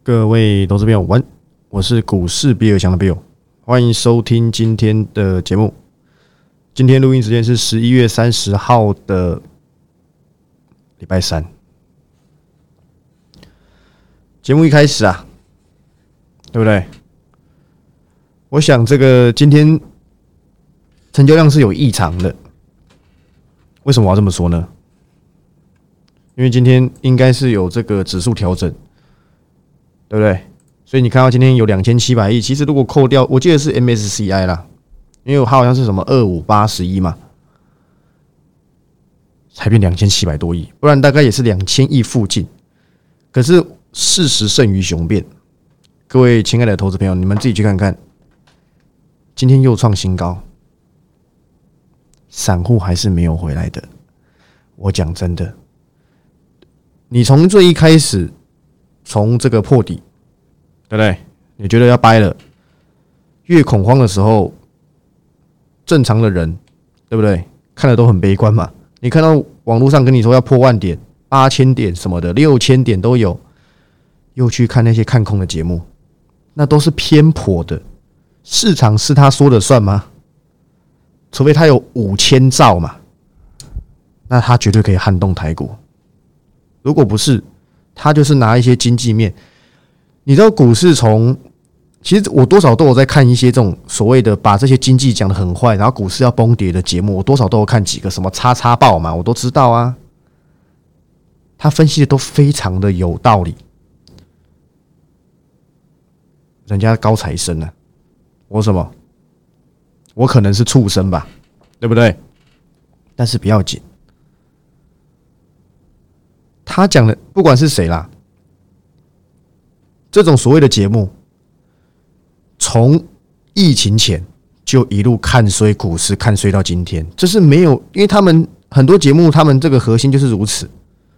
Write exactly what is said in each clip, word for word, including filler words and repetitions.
各位投资朋友晚，我是股市比尔强的 Bill， 欢迎收听今天的节目。今天录音时间是十一月三十号的礼拜三。节目一开始啊，对不对？我想这个今天成交量是有异常的。为什么我要这么说呢？因为今天应该是有这个指数调整，对不对？所以你看到今天有两千七百亿，其实如果扣掉，我记得是 M S C I 啦，因为它好像是什么二五八十一嘛，才变两千七百多亿，不然大概也是两千亿附近。可是事实胜于雄辩，各位亲爱的投资朋友，你们自己去看看，今天又创新高，散户还是没有回来的。我讲真的，你从最一开始，从这个破底，对不对？你觉得要掰了，越恐慌的时候，正常的人，对不对？看的都很悲观嘛。你看到网络上跟你说要破万点、八千点什么的，六千点都有，又去看那些看空的节目，那都是偏颇的。市场是他说的算吗？除非他有五千兆嘛，那他绝对可以撼动台股。如果不是，他就是拿一些经济面。你知道股市从，其实我多少都有在看一些这种所谓的把这些经济讲得很坏，然后股市要崩跌的节目，我多少都有看几个，什么叉叉报嘛，我都知道啊。他分析的都非常的有道理，人家高材生啊，我什么？我可能是畜生吧，对不对？但是不要紧，他讲的不管是谁啦。这种所谓的节目，从疫情前就一路看衰股市，看衰到今天，这是没有，因为他们很多节目，他们这个核心就是如此。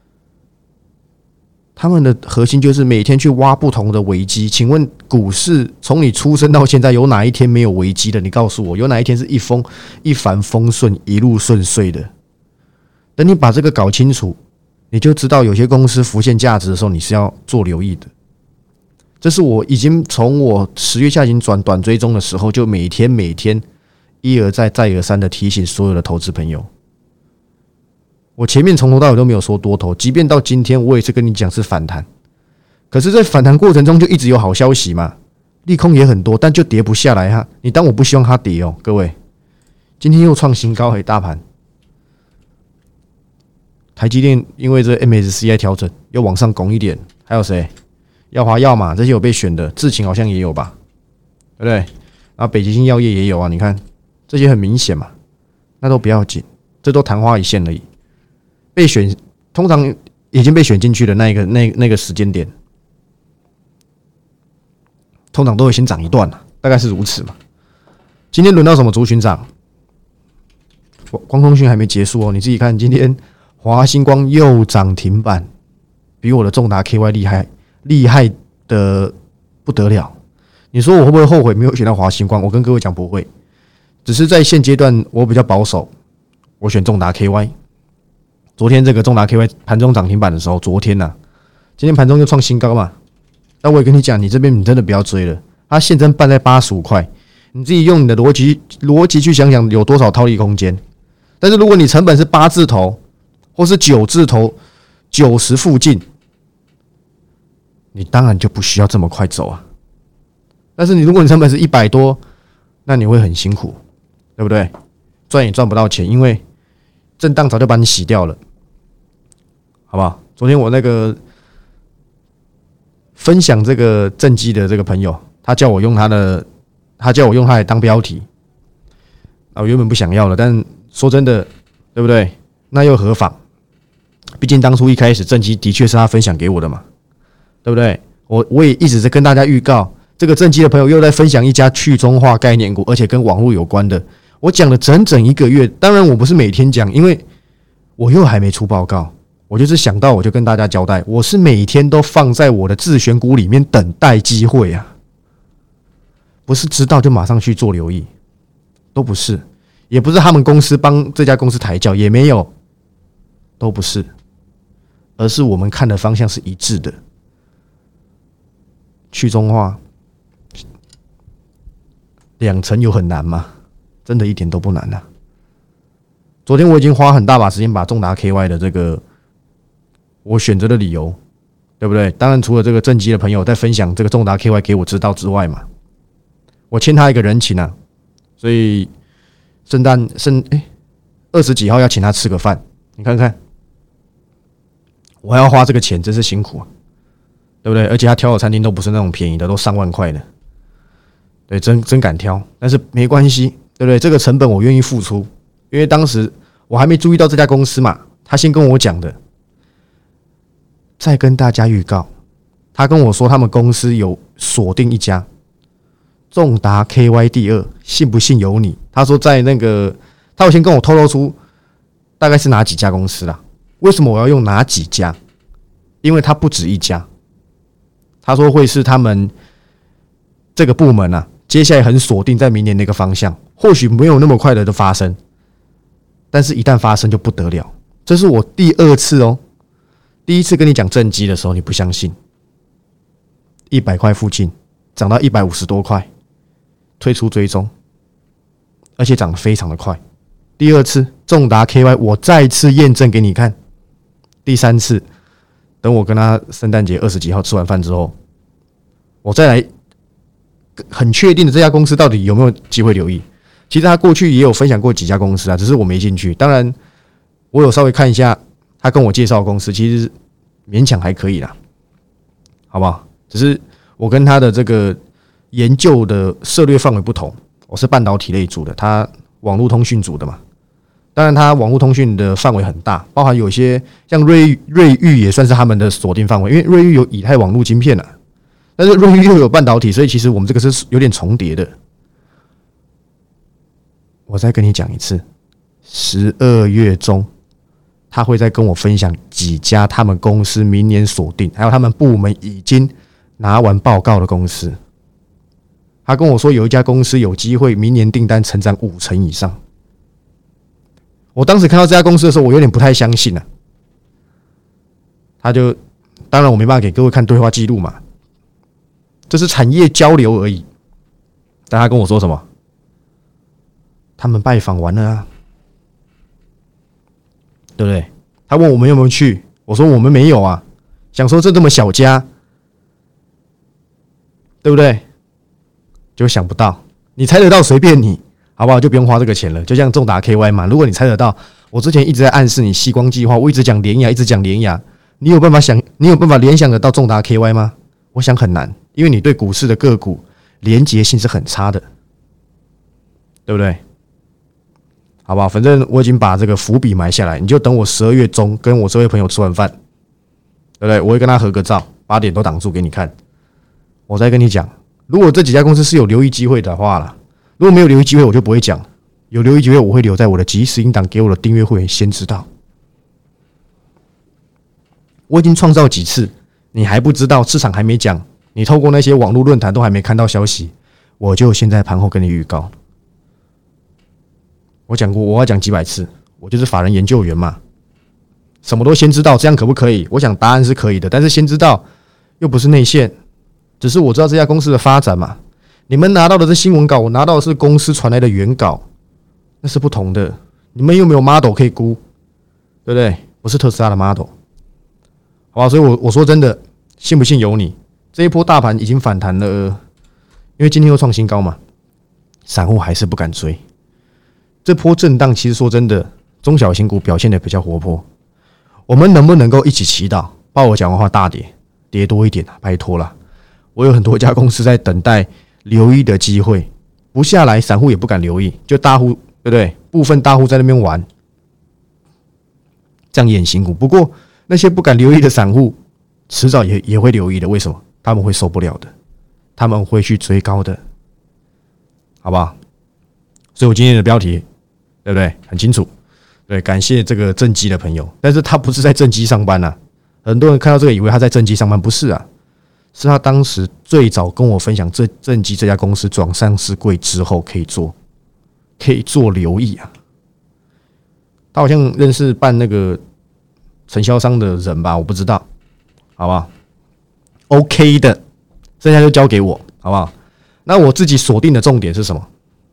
他们的核心就是每天去挖不同的危机。请问股市从你出生到现在，有哪一天没有危机的？你告诉我，有哪一天是一风一帆风顺、一路顺遂的？等你把这个搞清楚，你就知道有些公司浮现价值的时候，你是要做留意的。这是我已经从我十月下旬转短追踪的时候，就每天每天一而再再而三的提醒所有的投资朋友。我前面从头到尾都没有说多头，即便到今天我也是跟你讲是反弹，可是在反弹过程中就一直有好消息嘛，利空也很多，但就跌不下来哈。你当我不希望它跌哦，各位，今天又创新高嘿，大盘，台积电因为这 M S C I 调整又往上拱一点，还有谁？耀华药嘛，这些有被选的，智勤好像也有吧，对不对？然后北极星药业也有啊，你看这些很明显嘛，那都不要紧，这都昙花一现而已。被选通常已经被选进去的那一个那那个时间点，通常都会先涨一段了，大概是如此嘛。今天轮到什么族群涨？光通讯还没结束哦，你自己看，今天华星光又涨停板，比我的重达 K Y 厉害。厉害的不得了，你说我会不会后悔没有选到华星光？我跟各位讲不会，只是在现阶段我比较保守，我选重达 K Y。昨天这个重达 K Y 盘中涨停板的时候，昨天呐、啊，今天盘中又创新高嘛。那我也跟你讲，你这边你真的不要追了，它现增办在八十五块，你自己用你的逻辑逻辑去想想有多少套利空间。但是如果你成本是八字头或是九字头，九十附近。你当然就不需要这么快走啊，但是你如果你成本是一百多，那你会很辛苦，对不对？赚也赚不到钱，因为震荡早就把你洗掉了，好不好？昨天我那个分享这个正机的这个朋友，他叫我用他的，他叫我用他来当标题，我原本不想要了，但说真的，对不对？那又何妨？毕竟当初一开始正机的确是他分享给我的嘛。对不对？我我也一直在跟大家预告，这个正机的朋友又在分享一家去中化概念股，而且跟网络有关的。我讲了整整一个月，当然我不是每天讲，因为我又还没出报告，我就是想到我就跟大家交代，我是每天都放在我的自选股里面等待机会啊，不是知道就马上去做留意，都不是，也不是他们公司帮这家公司抬轿，也没有，都不是，而是我们看的方向是一致的。 去中化两成有很难吗？真的一点都不难啊！昨天我已经花很大把时间把重达 K Y 的这个我选择的理由，对不对？当然除了这个正基的朋友在分享这个重达 K Y 给我知道之外嘛，我欠他一个人情啊，所以圣诞圣哎二十几号要请他吃个饭，你看看，我还要花这个钱，真是辛苦啊，对不对？而且他挑的餐厅都不是那种便宜的，都上万块的，对，真真敢挑，但是没关系，对不对？这个成本我愿意付出，因为当时我还没注意到这家公司嘛，他先跟我讲的。再跟大家预告，他跟我说他们公司有锁定一家重达 K Y 第二，信不信由你。他说在那个，他有先跟我透露出大概是哪几家公司啦。为什么我要用哪几家？因为他不止一家。他说会是他们这个部门啊，接下来很锁定在明年的一个方向，或许没有那么快的就发生，但是一旦发生就不得了。这是我第二次哦。第一次跟你讲正机的时候，你不相信，一百块附近涨到一百五十多块，推出追踪，而且涨得非常的快。第二次重达 K Y 我再次验证给你看，第三次等我跟他圣诞节二十几号吃完饭之后，我再来很确定的这家公司到底有没有机会留意。其实他过去也有分享过几家公司啊，只是我没进去。当然我有稍微看一下他跟我介绍的公司，其实勉强还可以啦，好不好？只是我跟他的这个研究的涉猎范围不同，我是半导体类组的，他网络通讯组的嘛。当然，他网络通讯的范围很大，包含有些像瑞瑞昱也算是他们的锁定范围，因为瑞昱有以太网络晶片啊，但是瑞昱又有半导体，所以其实我们这个是有点重叠的。我再跟你讲一次，十二月中。他会再跟我分享几家他们公司明年锁定，还有他们部门已经拿完报告的公司。他跟我说有一家公司有机会明年订单成长五成以上。我当时看到这家公司的时候，我有点不太相信啊。他就，当然我没办法给各位看对话记录嘛，这是产业交流而已。但他跟我说什么？他们拜访完了啊。对不对？他问我们有没有去，我说我们没有啊。想说这这么小家，对不对？就想不到，你猜得到随便你，好不好？就不用花这个钱了。就像重达 K Y 嘛，如果你猜得到，我之前一直在暗示你矽光计划，我一直讲联亚，一直讲联亚，你有办法想，你有办法联想得到重达 K Y 吗？我想很难，因为你对股市的个股连结性是很差的，对不对？好不好？反正我已经把这个伏笔埋下来，你就等我十二月中跟我这位朋友吃完饭，对不对？我会跟他合个照，八点都挡住给你看。我再跟你讲，如果这几家公司是有留意机会的话啦，如果没有留意机会，我就不会讲。有留意机会，我会留在我的即时音档给我的订阅会员先知道。我已经创造几次，你还不知道，市场还没讲，你透过那些网络论坛都还没看到消息，我就现在盘后跟你预告。我讲过，我要讲几百次，我就是法人研究员嘛，什么都先知道，这样可不可以？我想答案是可以的，但是先知道又不是内线，只是我知道这家公司的发展嘛。你们拿到的是新闻稿，我拿到的是公司传来的原稿，那是不同的。你们又没有 model 可以估，对不对？不是特斯拉的 model， 好吧？所以我我说真的，信不信由你。这一波大盘已经反弹了，因为今天又创新高嘛，散户还是不敢追。这波震荡，其实说真的，中小型股表现的比较活泼。我们能不能够一起祈祷，把我讲的话大跌，跌多一点啊？拜托啦！我有很多家公司在等待留意的机会，不下来，散户也不敢留意，就大户，对不对？部分大户在那边玩，这样也很辛苦。不过那些不敢留意的散户，迟早也也会留意的。为什么？他们会受不了的，他们会去追高的，好不好？所以我今天的标题，对不对？很清楚。对，感谢这个正基的朋友，但是他不是在正基上班啊。很多人看到这个以为他在正基上班，不是啊，是他当时最早跟我分享这正基这家公司转上市柜之后可以做，可以做留意啊。他好像认识办那个承销商的人吧，我不知道，好不好 ？OK 的， 剩下就交给我，好不好？那我自己锁定的重点是什么？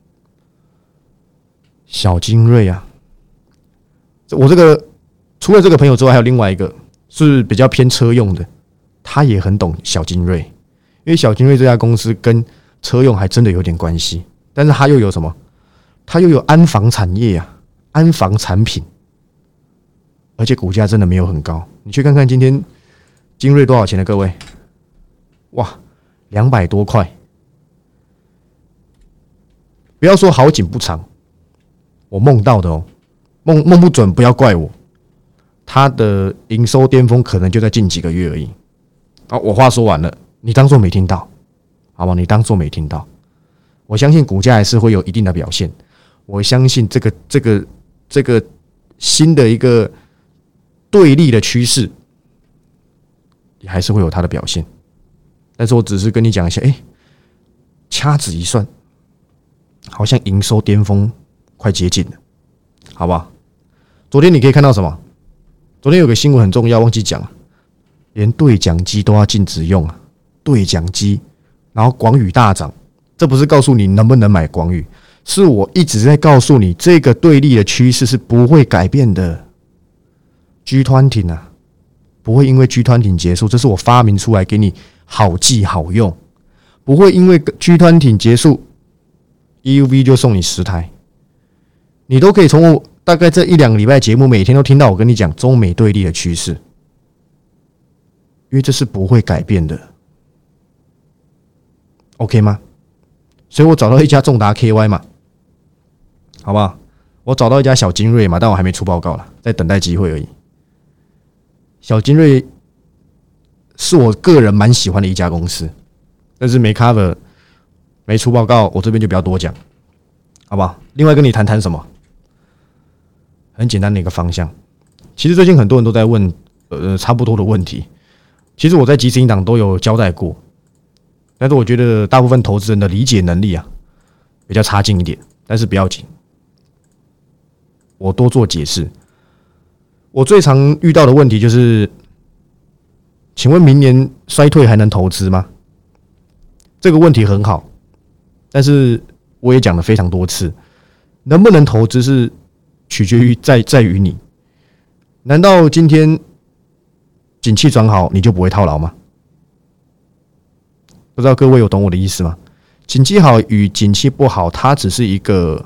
小精锐啊！我这个除了这个朋友之外，还有另外一个是比较偏车用的，他也很懂小精锐，因为小精锐这家公司跟车用还真的有点关系，但是他又有什么？他又有安防产业啊，安防产品，而且股价真的没有很高。你去看看今天精锐多少钱的各位？哇，两百多块！不要说好景不长。我梦到的哦，梦梦不准，不要怪我。它的营收巅峰可能就在近几个月而已。好，我话说完了，你当作没听到，好不好？你当作没听到。我相信股价还是会有一定的表现。我相信这个这个这个新的一个对立的趋势，也还是会有它的表现。但是我只是跟你讲一下，哎、欸，掐指一算，好像营收巅峰快接近了，好不好？昨天你可以看到什么？昨天有个新闻很重要，忘记讲了，连对讲机都要禁止用啊！对讲机，然后广宇大涨，这不是告诉你能不能买广宇，是我一直在告诉你，这个对立的趋势是不会改变的。G 团体啊，不会因为 G 团体结束，这是我发明出来给你好记好用，不会因为 G 团体结束 ，E U V 就送你十台。你都可以从我大概这一两个礼拜节目，每天都听到我跟你讲中美对立的趋势，因为这是不会改变的 ，OK 吗？所以我找到一家重达 K Y 嘛，好不好？我找到一家小精锐嘛，但我还没出报告啦，在等待机会而已。小精锐是我个人蛮喜欢的一家公司，但是没 cover 没出报告，我这边就不要多讲，好不好？另外跟你谈谈什么？很简单的一个方向，其实最近很多人都在问呃差不多的问题，其实我在即时音档都有交代过，但是我觉得大部分投资人的理解能力啊比较差劲一点，但是不要紧，我多做解释。我最常遇到的问题就是，请问明年衰退还能投资吗？这个问题很好，但是我也讲了非常多次，能不能投资是取决于在在于你。难道今天景气转好，你就不会套牢吗？不知道各位有懂我的意思吗？景气好与景气不好，它只是一个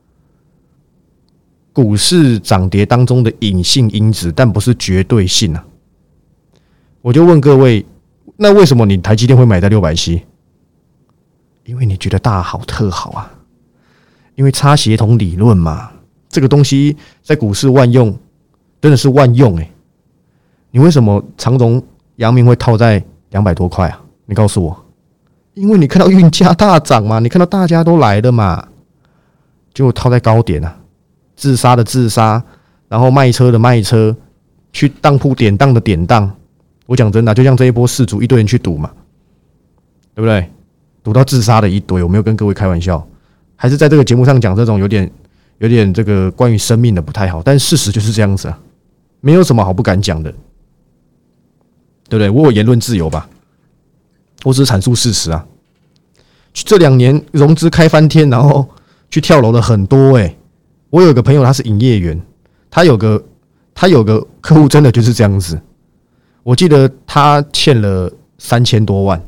股市涨跌当中的隐性因子，但不是绝对性啊。我就问各位，那为什么你台积电会买在六百七十？因为你觉得大好特好啊，因为差协同理论嘛。这个东西在股市万用，真的是万用哎、欸！你为什么长荣、阳明会套在两百多块啊？你告诉我，因为你看到运价大涨嘛，你看到大家都来了嘛，就套在高点啊，自杀的自杀，然后卖车的卖车，去当铺典当的典当。我讲真的、啊，就像这一波世足，一堆人去赌嘛，对不对？赌到自杀的一堆，我没有跟各位开玩笑，还是在这个节目上讲这种有点。有点这个关于生命的不太好，但事实就是这样子啊，没有什么好不敢讲的，对不对？我有言论自由吧，我只是阐述事实啊。这两年融资开翻天，然后去跳楼的很多哎、欸。我有个朋友他是营业员，他有个他有个客户真的就是这样子，我记得他欠了三千多万，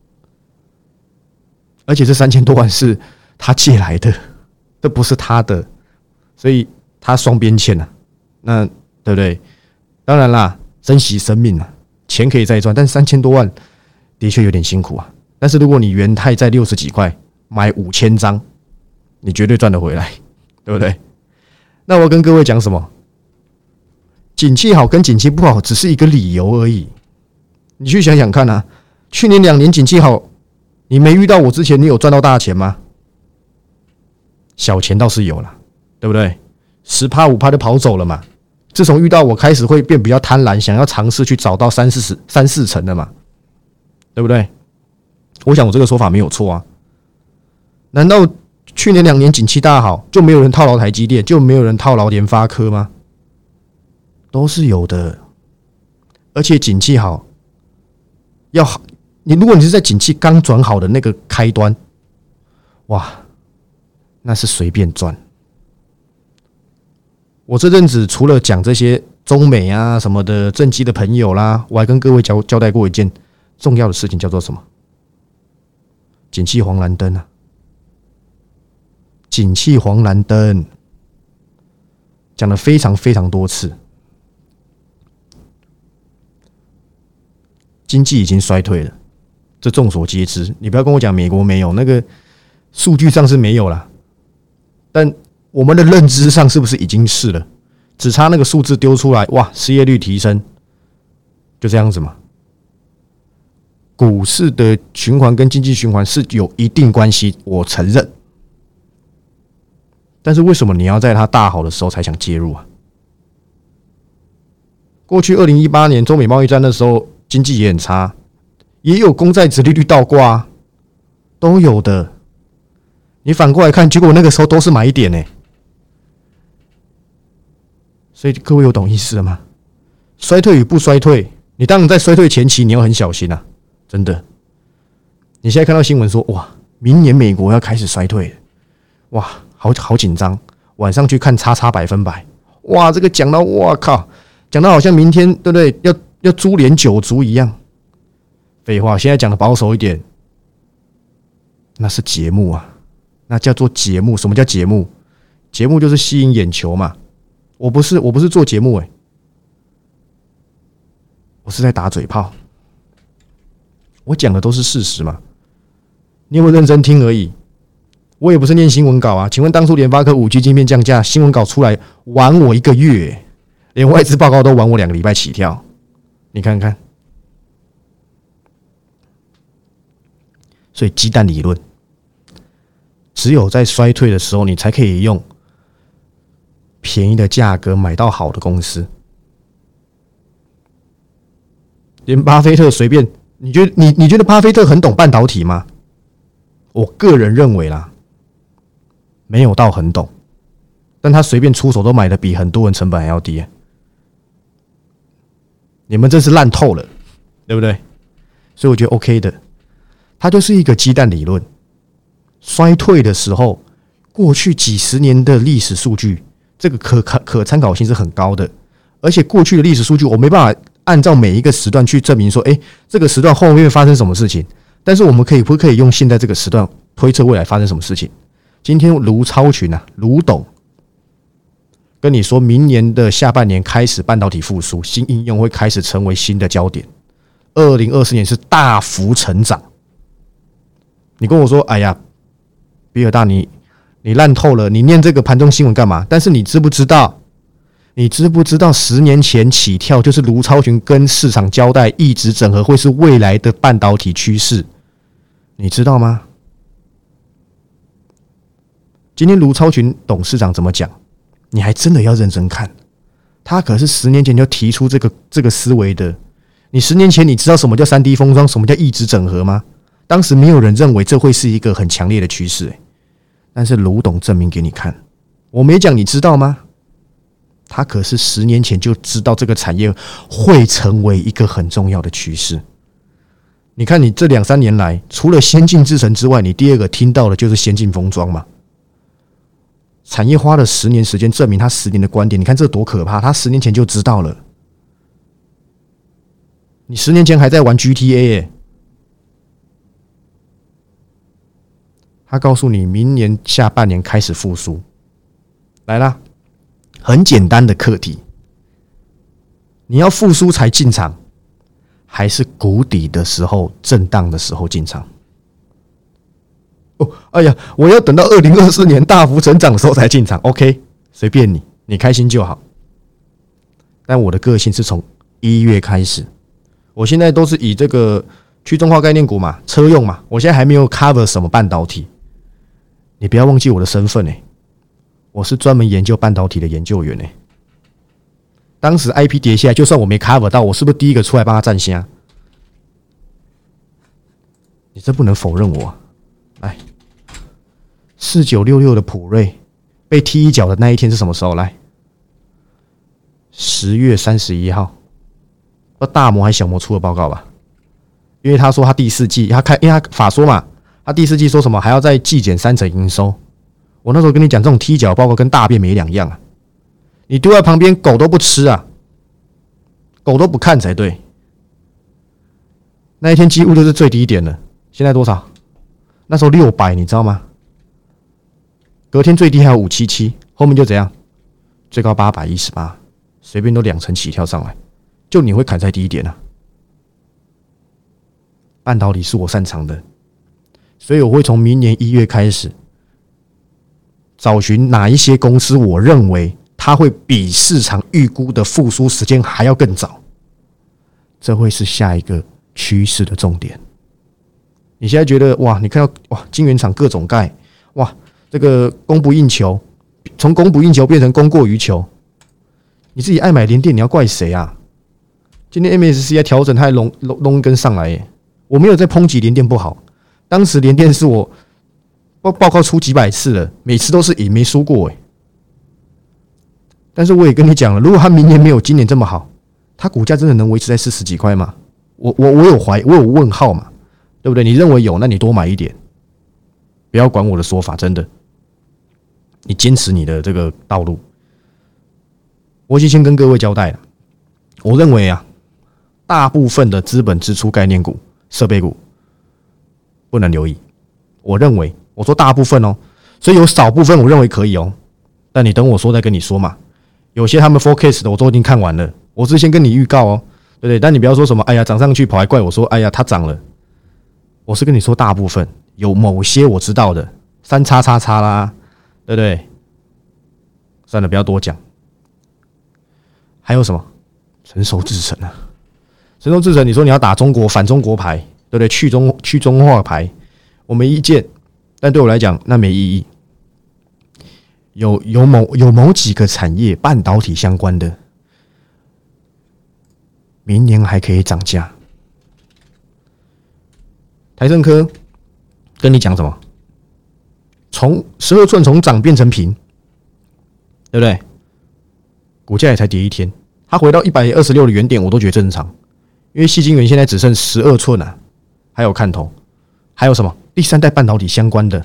而且这三千多万是他借来的，这不是他的。所以他双边欠啊，那对不对？当然啦，珍惜生命啊，钱可以再赚，但三千多万的确有点辛苦啊。但是如果你元泰在六十几块买五千张，你绝对赚得回来，对不对？那我要跟各位讲什么？景气好跟景气不好只是一个理由而已。你去想想看啊，去年两年景气好，你没遇到我之前，你有赚到大钱吗？小钱倒是有啦。对不对？十趴五趴就跑走了嘛。自从遇到我开始会变比较贪婪，想要尝试去找到三四十三四成的嘛，对不对？我想我这个说法没有错啊。难道去年两年景气大好，就没有人套牢台积电，就没有人套牢联发科吗？都是有的。而且景气好，要你如果你是在景气刚转好的那个开端，哇，那是随便赚。我这阵子除了讲这些中美啊什么的政绩的朋友啦，我还跟各位交交代过一件重要的事情，叫做什么？景气黄蓝灯啊！景气黄蓝灯，讲了非常非常多次，经济已经衰退了，这众所皆知。你不要跟我讲美国没有，那个数据上是没有啦，但我们的认知上是不是已经是了？只差那个数字丢出来，哇，失业率提升，就这样子嘛。股市的循环跟经济循环是有一定关系，我承认。但是为什么你要在它大好的时候才想介入啊？过去二零一八年中美贸易战的时候，经济也很差，也有公债殖利率倒挂啊，都有的。你反过来看，结果那个时候都是买点呢、欸。所以各位有懂意思了吗？衰退与不衰退，你当然在衰退前期你要很小心啊，真的。你现在看到新闻说，哇，明年美国要开始衰退了，哇，好好紧张。晚上去看叉叉百分百，哇，这个讲到哇靠，讲到好像明天对不对？要要株连九族一样。废话，现在讲的保守一点，那是节目啊，那叫做节目。什么叫节目？节目就是吸引眼球嘛。我不是我不是做节目哎、欸，我是在打嘴炮。我讲的都是事实嘛，你有没有认真听而已？我也不是念新闻稿啊。请问当初联发科五 G 晶片降价，新闻稿出来玩我一个月、欸，连外资报告都玩我两个礼拜起跳。你看看，所以鸡蛋理论，只有在衰退的时候，你才可以用便宜的价格买到好的公司。连巴菲特随便，你觉得你你觉得巴菲特很懂半导体吗？我个人认为啦，没有到很懂，但他随便出手都买的比很多人成本还要低、欸。你们真是烂透了，对不对？所以我觉得 OK 的，它就是一个鸡蛋理论。衰退的时候，过去几十年的历史数据，这个可可参考性是很高的，而且过去的历史数据我没办法按照每一个时段去证明说，哎，这个时段后面会发生什么事情。但是我们可以不可以用现在这个时段推测未来发生什么事情？今天卢超群啊，卢董跟你说，明年的下半年开始半导体复苏，新应用会开始成为新的焦点。二零二四年是大幅成长。你跟我说，哎呀，比尔大你你烂透了，你念这个盘中新闻干嘛？但是你知不知道？你知不知道十年前起跳就是卢超群跟市场交代，一直整合会是未来的半导体趋势，你知道吗？今天卢超群董事长怎么讲？你还真的要认真看，他可是十年前就提出这个这个思维的。你十年前你知道什么叫 三 D 封装，什么叫一直整合吗？当时没有人认为这会是一个很强烈的趋势、欸，但是卢董证明给你看，我没讲，你知道吗？他可是十年前就知道这个产业会成为一个很重要的趋势。你看，你这两三年来，除了先进制程之外，你第二个听到的就是先进封装嘛。产业花了十年时间证明他十年的观点，你看这多可怕！他十年前就知道了。你十年前还在玩 G T A 耶、欸，他告诉你明年下半年开始复苏，来啦，很简单的课题，你要复苏才进场，还是谷底的时候、震荡的时候进场？哦，哎呀，我要等到二零二四年大幅成长的时候才进场。OK， 随便你，你开心就好。但我的个性是从一月开始，我现在都是以这个去中化概念股嘛，车用嘛，我现在还没有 cover 什么半导体。你不要忘记我的身份欸，我是专门研究半导体的研究员欸。当时 I P 跌下来，就算我没 cover 到，我是不是第一个出来帮他站下？你这不能否认我。来，四九六六的普瑞被踢一脚的那一天是什么时候？来，十月三十一号，大摩还小摩出的报告吧？ 因为他说他第四季他开，因为他法说嘛，他第四季说什么还要再季减三成营收。我那时候跟你讲，这种踢脚报告跟大便没两样啊！你丢在旁边，狗都不吃啊，狗都不看才对。那一天几乎就是最低点了，现在多少？那时候六百，你知道吗？隔天最低还有五七七，后面就怎样？最高八百一十八，随便都两成起跳上来，就你会砍在低点啊！半导体是我擅长的，所以我会从明年一月开始，找寻哪一些公司，我认为它会比市场预估的复苏时间还要更早，这会是下一个趋势的重点。你现在觉得哇，你看到哇，晶圆厂各种盖，哇，这个供不应求，从供不应求变成供过于求，你自己爱买联电，你要怪谁啊？今天 M S C I 调整，它还弄弄一根上来耶，我没有在抨击联电不好，当时联电是我报报告出几百次了，每次都是赢，没输过哎。但是我也跟你讲了，如果它明年没有今年这么好，它股价真的能维持在四十几块吗？我我我有怀，我有问号嘛，对不对？你认为有，那你多买一点，不要管我的说法，真的，你坚持你的这个道路。我已经先跟各位交代了，我认为啊，大部分的资本支出概念股、设备股不能留意。我认为，我说大部分哦，所以有少部分我认为可以哦，但你等我说再跟你说嘛。有些他们 forecast 的我都已经看完了，我是先跟你预告哦，对不对？但你不要说什么，哎呀涨上去跑来怪我说，哎呀它涨了。我是跟你说大部分，有某些我知道的，三叉叉叉啦，对不对？算了，不要多讲。还有什么？成熟制程啊，成熟制程，你说你要打中国反中国牌，对不对？去中去中化牌，我没意见，但对我来讲那没意义。有有某有某几个产业，半导体相关的，明年还可以涨价。台胜科跟你讲什么？从十二寸从涨变成平，对不对？股价也才跌一天，它回到一百二十六的原点，我都觉得正常，因为矽晶圆现在只剩十二寸啊，还有看头。还有什么？第三代半导体相关的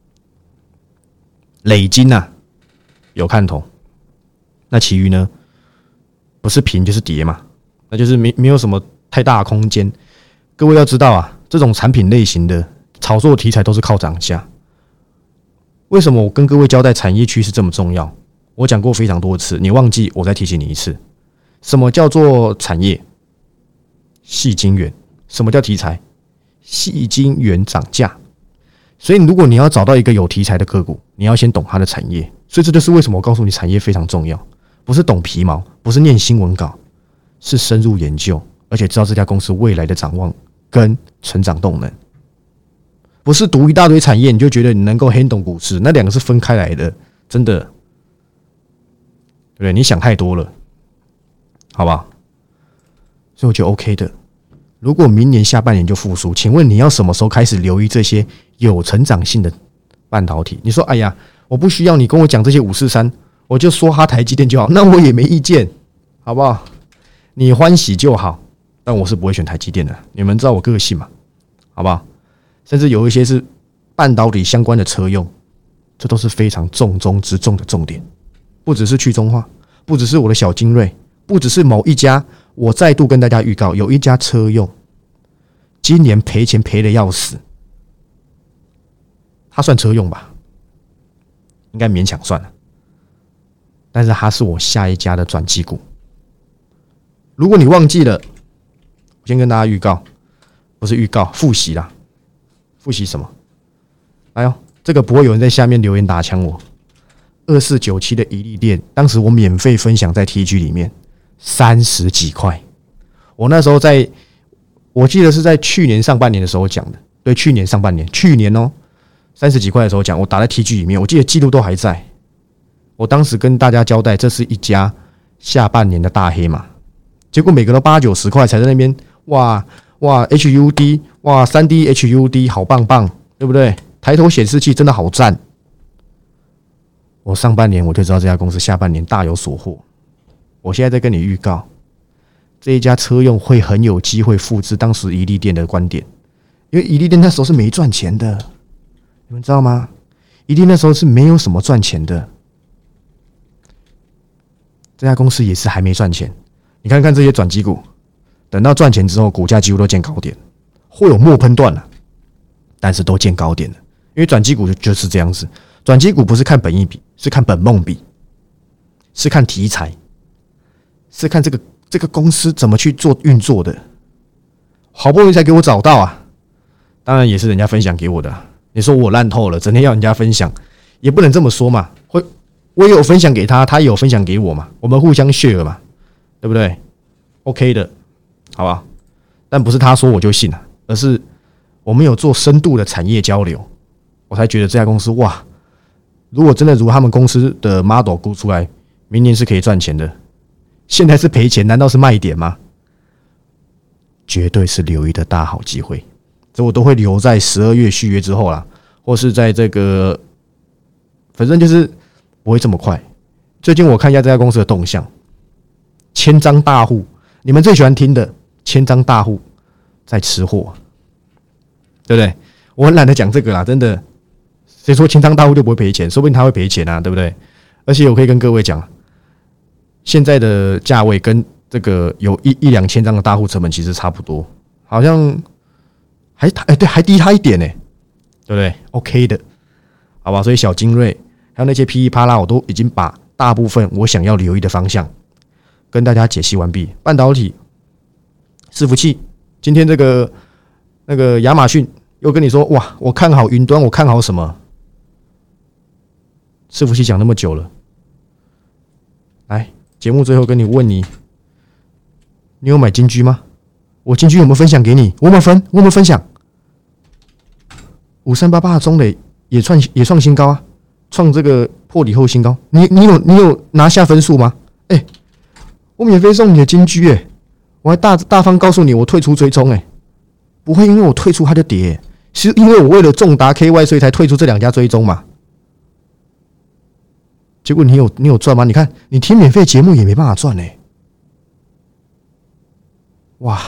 磊晶啊，有看头。那其余呢？不是平就是跌嘛，那就是没没有什么太大的空间。各位要知道啊，这种产品类型的炒作题材都是靠涨价。为什么我跟各位交代产业趋势这么重要？我讲过非常多次，你忘记我再提醒你一次。什么叫做产业？矽晶圆。什么叫题材？矽晶圆涨价。所以如果你要找到一个有题材的个股，你要先懂它的产业。所以这就是为什么我告诉你产业非常重要，不是懂皮毛，不是念新闻稿，是深入研究，而且知道这家公司未来的展望跟成长动能。不是读一大堆产业你就觉得你能够 handle 股市，那两个是分开来的，真的，对不对？你想太多了，好不好？所以我觉得 OK 的。如果明年下半年就复苏，请问你要什么时候开始留意这些有成长性的半导体？你说，哎呀，我不需要你跟我讲这些五四三，我就说它台积电就好，那我也没意见，好不好？你欢喜就好，但我是不会选台积电的，你们知道我个性嘛，好不好？甚至有一些是半导体相关的车用，这都是非常重中之重的重点，不只是去中化，不只是我的小精锐，不只是某一家。我再度跟大家预告，有一家车用今年赔钱赔得要死，它算车用吧，应该勉强算了，但是它是我下一家的转机股。如果你忘记了，我先跟大家预告，不是预告，复习啦。复习什么？哎呦，这个不会有人在下面留言打枪我。二四九七的一利电，当时我免费分享在 T G 里面。三十几块，我那时候在，我记得是在去年上半年的时候讲的，对，去年上半年，去年哦，三十几块的时候讲，我打在 T G 里面，我记得记录都还在。我当时跟大家交代，这是一家下半年的大黑马，结果每个都八九十块，才在那边哇哇 H U D 哇 三 D H U D 好棒棒，对不对？抬头显示器真的好赞。我上半年我就知道这家公司下半年大有所获。我现在在跟你预告， 这一家车用会很有机会复制当时宜利电的观点，因为宜利电那时候是没赚钱的，你们知道吗？宜利那时候是没有什么赚钱的，这家公司也是还没赚钱。你看看这些转机股，等到赚钱之后，股价几乎都见高点，会有末喷段了，但是都见高点了。因为转机股就就是这样子，转机股不是看本益比，是看本梦比，是看题材，是看这个这个公司怎么去做运作的。好不容易才给我找到啊，当然也是人家分享给我的啊。你说我烂透了，整天要人家分享，也不能这么说嘛。会，我也有分享给他，他也有分享给我嘛，我们互相 share 嘛，对不对 ？OK 的，好吧。但不是他说我就信了，而是我们有做深度的产业交流，我才觉得这家公司哇，如果真的如他们公司的 model 估出来，明年是可以赚钱的，现在是赔钱，难道是卖点吗？绝对是留意的大好机会，这我都会留在十二月续约之后啦，或是在这个，反正就是不会这么快。最近我看一下这家公司的动向，千张大户，你们最喜欢听的千张大户在吃货，对不对？我很懒得讲这个啦，真的，谁说千张大户就不会赔钱？说不定他会赔钱啊，对不对？而且我可以跟各位讲，现在的价位跟这个有一一两千张的大户成本其实差不多，好像还哎、欸、对，还低他一点呢、欸，对不对 ？OK 的，好吧。所以小精锐还有那些噼里啪啦，我都已经把大部分我想要留意的方向跟大家解析完毕。半导体、伺服器，今天这个那个亚马逊又跟你说，哇，我看好云端，我看好什么？伺服器讲那么久了，来节目最后跟你问你。你有买金居吗？我金居有没有分享给你？我有没有分？我有没有分享？五三八八的中磊也创也创新高啊，创这个破底后新高。你你有你有拿下分数吗？哎、欸，我免费送你的金居，哎，我还大大方告诉你我退出追踪，哎，不会因为我退出它就跌、欸，是因为我为了重达 K Y 所以才退出这两家追踪嘛。结果你有你有赚吗？你看你听免费节目也没办法赚哎、欸。哇，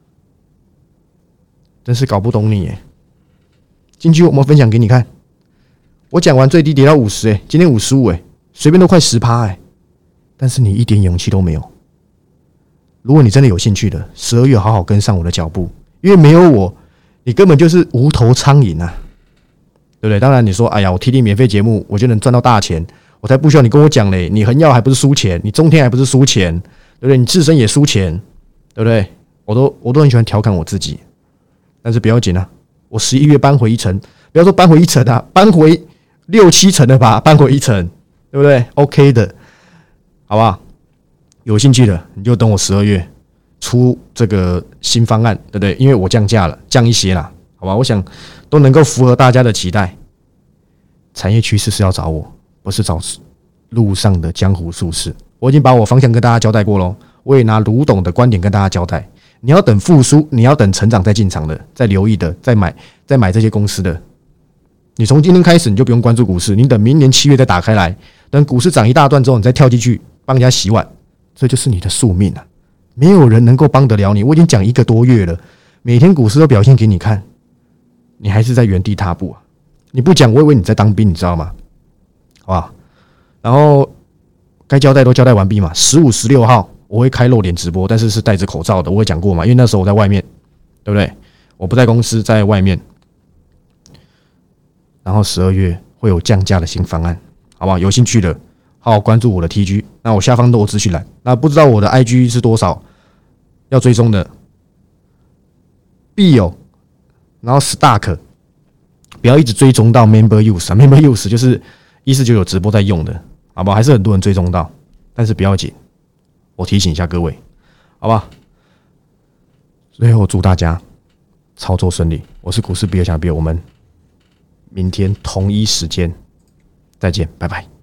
真是搞不懂你耶！金居我们分享给你看，我讲完最低跌到五十，哎，今天五十五，哎，随便都快十趴，哎，但是你一点勇气都没有。如果你真的有兴趣的，十二月好好跟上我的脚步，因为没有我，你根本就是无头苍蝇啊，对不对？当然你说，哎呀，我听你免费节目，我就能赚到大钱，我才不需要你跟我讲嘞。你恒耀还不是输钱，你中天还不是输钱，对不对？你自身也输钱，对不对？我都我都很喜欢调侃我自己，但是不要紧啊！我十一月搬回一层，不要说搬回一层啊，搬回六七层了吧？搬回一层，对不对 ？OK 的，好不好？有兴趣的你就等我十二月出这个新方案，对不对？因为我降价了，降一些啦，好吧？我想都能够符合大家的期待。产业趋势是要找我，不是找路上的江湖术士。我已经把我方向跟大家交代过咯，我也拿卢董的观点跟大家交代。你要等复苏，你要等成长再进场的，再留意的，再买再买这些公司的。你从今天开始你就不用关注股市，你等明年七月再打开来，等股市涨一大段之后，你再跳进去帮人家洗碗，这就是你的宿命啊！没有人能够帮得了你。我已经讲一个多月了，每天股市都表现给你看，你还是在原地踏步啊！你不讲，我以为你在当兵，你知道吗？好不好？然后该交代都交代完毕嘛。十五、十六号。我会开露脸直播，但是是戴着口罩的。我会讲过嘛，因为那时候我在外面，对不对？我不在公司，在外面。然后十二月会有降价的新方案，好不好？有兴趣的，好好关注我的 T G。那我下方都有资讯栏。那不知道我的 I G 是多少，要追踪的，必有。然后 Stack， 不要一直追踪到 Member Use 啊 ，Member Use 就是一四九九直播在用的，好不好？还是很多人追踪到，但是不要紧。我提醒一下各位，好吧？最后祝大家操作顺利。我是股市比尔强比尔，我们明天同一时间再见，拜拜。